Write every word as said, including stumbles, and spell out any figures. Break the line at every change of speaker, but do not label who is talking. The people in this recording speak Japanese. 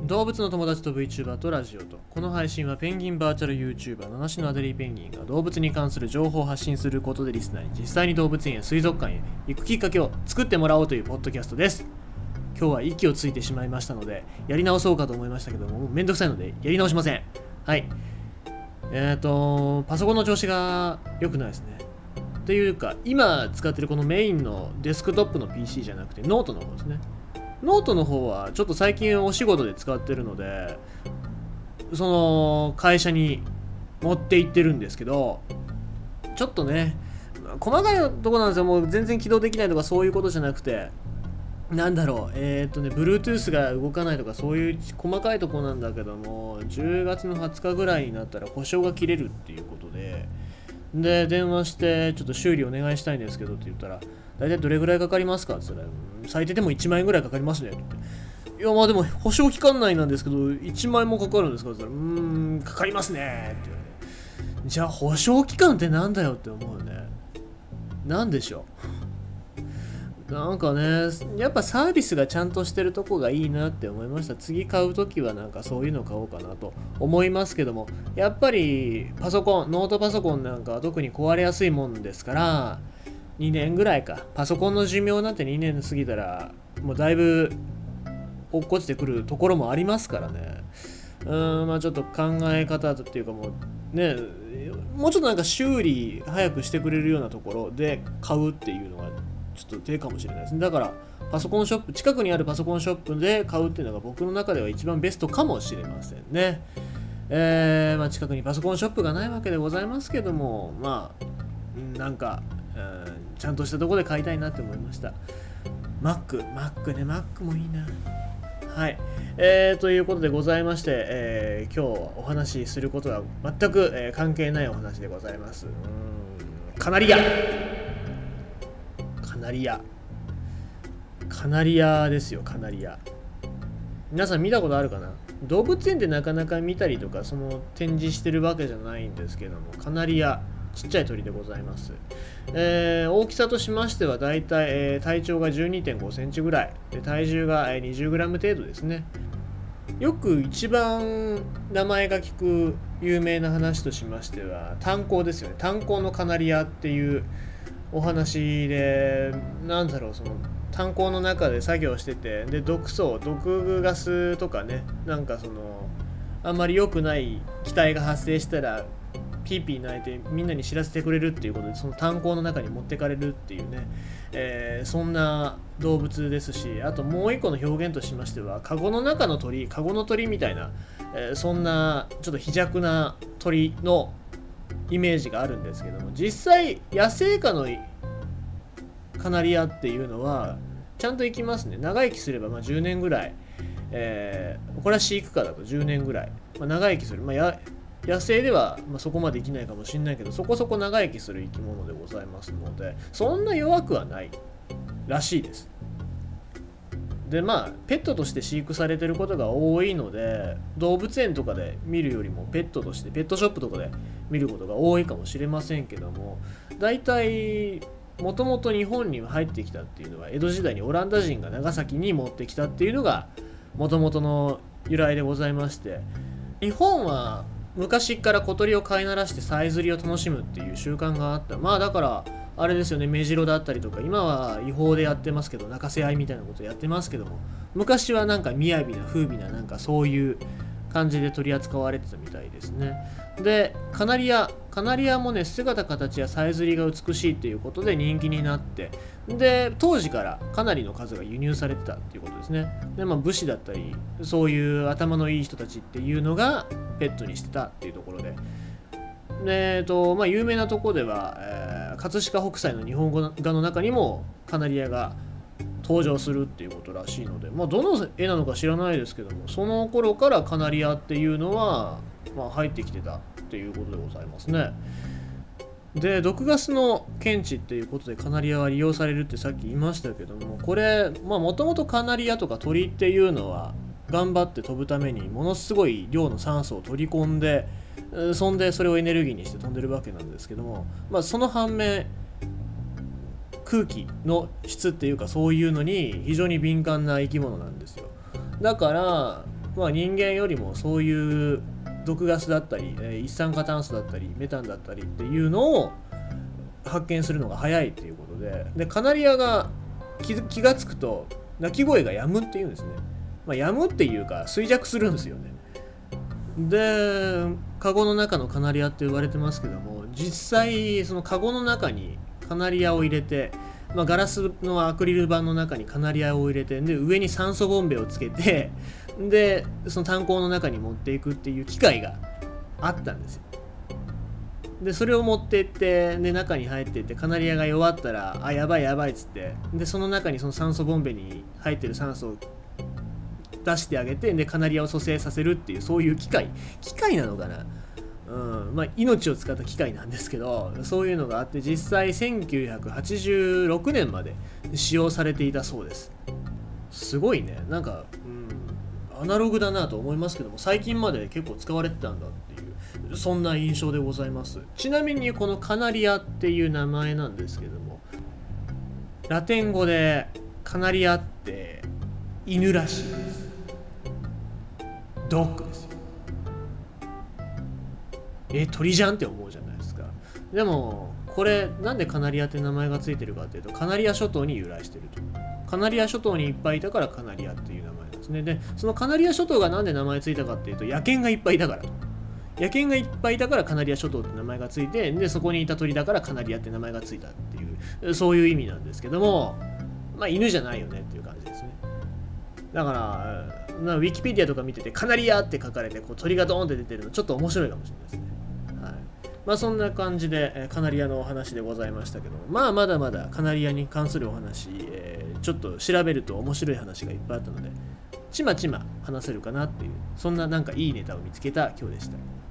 動物の友達と VTuber とラジオと。この配信はペンギンバーチャル YouTuber 七種のアデリーペンギンが動物に関する情報を発信することでリスナーに実際に動物園や水族館へ行くきっかけを作ってもらおうというポッドキャストです。今日は息をついてしまいましたのでやり直そうかと思いましたけども、もうめんどくさいのでやり直しません。はいえーとパソコンの調子が良くないですね。というか今使ってるこのメインのデスクトップの ピーシー じゃなくてノートの方ですね。ノートの方はちょっと最近お仕事で使ってるのでその会社に持って行ってるんですけど、ちょっとね細かいとこなんですよ。もう全然起動できないとかそういうことじゃなくて、なんだろうえー、っとね Bluetooth が動かないとかそういう細かいとこなんだけども、じゅうがつのはつかぐらいになったら故障が切れるっていうことでで電話してちょっと修理お願いしたいんですけどって言ったら、大体どれぐらいかかりますかって言ったら、最低でもいちまんえんぐらいかかりますねって言って、いやまあでも保証期間内なんですけどいちまんえんもかかるんですかって言ったら、うーんかかりますねって言われて、じゃあ保証期間ってなんだよって思うよね。なんでしょう、なんかねやっぱサービスがちゃんとしてるとこがいいなって思いました。次買うときはなんかそういうの買おうかなと思いますけども、やっぱりパソコンノートパソコンなんかは特に壊れやすいもんですからにねんぐらいか、パソコンの寿命なんてにねん過ぎたらもうだいぶ落っこちてくるところもありますからね。うーんまあちょっと考え方っていうかもうねもうちょっとなんか修理早くしてくれるようなところで買うっていうのがちょっと手かもしれないですね。だからパソコンショップ、近くにあるパソコンショップで買うっていうのが僕の中では一番ベストかもしれませんね。えー、まあ近くにパソコンショップがないわけでございますけども、まあなんか、うん、ちゃんとしたところで買いたいなって思いました。Mac、Mac ね、Mac もいいな。はい、えー、ということでございまして、えー、今日お話しすることは全く、えー、関係ないお話でございます。うーんカナリアカナリアカナリアですよ。カナリア皆さん見たことあるかな。動物園でなかなか見たりとかその展示してるわけじゃないんですけども、カナリアちっちゃい鳥でございます。えー、大きさとしましてはだいたい、えー、体長が じゅうにてんごセンチぐらいで体重が、えー、にじゅうグラム程度ですね。よく一番名前が聞く有名な話としましては炭鉱ですよね。炭鉱のカナリアっていうお話で、なんだろうその炭鉱の中で作業してて、で毒素毒ガスとかね、なんかそのあんまり良くない気体が発生したらピーピー泣いてみんなに知らせてくれるっていうことで、その炭鉱の中に持ってかれるっていうね、えー、そんな動物ですし、あともう一個の表現としましてはカゴの中の鳥、カゴの鳥みたいな、えー、そんなちょっと非弱な鳥のイメージがあるんですけども、実際野生下のカナリアっていうのはちゃんと生きますね。長生きすればまあじゅうねんぐらい、えー、これは飼育下だとじゅうねんぐらい、まあ、長生きする、まあ、や野生では、まあ、そこまで生きないかもしれないけど、そこそこ長生きする生き物でございますので、そんな弱くはないらしいです。でまあペットとして飼育されてることが多いので、動物園とかで見るよりもペットとしてペットショップとかで見ることが多いかもしれませんけども、だいたいもともと日本に入ってきたっていうのは江戸時代にオランダ人が長崎に持ってきたっていうのがもともとの由来でございまして、日本は昔から小鳥を飼いならしてさえずりを楽しむっていう習慣があった。まあだからあれですよね、メジロだったりとか今は違法でやってますけど、泣かせ合いみたいなことやってますけども、昔はなんか雅な風美ななんかそういう感じで取り扱われてたみたいですね。でカナリアカナリアもね、姿形やさえずりが美しいっていうことで人気になって、で当時からかなりの数が輸入されてたっていうことですね。でまあ武士だったりそういう頭のいい人たちっていうのがペットにしてたっていうところで、でえっとまあ有名なところでは、えー、葛飾北斎の日本語画の中にもカナリアが登場するっていうことらしいので、まあどの絵なのか知らないですけども、その頃からカナリアっていうのは、まあ、入ってきてたっていうことでございますね。で毒ガスの検知っていうことでカナリアは利用されるってさっき言いましたけども、これもともとカナリアとか鳥っていうのは頑張って飛ぶためにものすごい量の酸素を取り込んで、そんでそれをエネルギーにして飛んでるわけなんですけども、まあ、その反面空気の質っていうかそういうのに非常に敏感な生き物なんですよ。だからまあ、人間よりもそういう毒ガスだったり、えー、一酸化炭素だったりメタンだったりっていうのを発見するのが早いっていうことで、でカナリアが 気, 気がつくと鳴き声が止むっていうんですね。まあ、止むっていうか衰弱するんですよね。でカゴの中のカナリアって言われてますけども、実際そのカゴの中にカナリアを入れて、まあ、ガラスのアクリル板の中にカナリアを入れて、で上に酸素ボンベをつけて、でその炭鉱の中に持っていくっていう機械があったんですよ。でそれを持っていって、で中に入っていって、カナリアが弱ったらあやばいやばいっつって、でその中にその酸素ボンベに入ってる酸素を出してあげて、でカナリアを蘇生させるっていう、そういう機械機械なのかな、うんまあ、命を使った機械なんですけど、そういうのがあって、実際せんきゅうひゃくはちじゅうろくねんまで使用されていたそうです。すごいね、なんか、うん、アナログだなと思いますけども、最近まで結構使われてたんだっていう、そんな印象でございます。ちなみにこのカナリアっていう名前なんですけども、ラテン語でカナリアって犬らしいです。ドッグですよ。え、鳥じゃんって思うじゃないですか。でもこれなんでカナリアって名前がついてるかっていうと、カナリア諸島に由来してると。カナリア諸島にいっぱいいたからカナリアっていう名前なんですね。でそのカナリア諸島がなんで名前ついたかっていうと、野犬がいっぱいいたからと。野犬がいっぱいいたからカナリア諸島って名前がついて、でそこにいた鳥だからカナリアって名前がついたっていう、そういう意味なんですけども、まあ犬じゃないよねっていう感じですね。だからウィキペディアとか見ててカナリアって書かれて、こう鳥がドーンって出てるのちょっと面白いかもしれないですね。はい、まあそんな感じでカナリアのお話でございましたけども、まあまだまだカナリアに関するお話、えー、ちょっと調べると面白い話がいっぱいあったので、ちまちま話せるかなっていう、そんななんかいいネタを見つけた今日でした。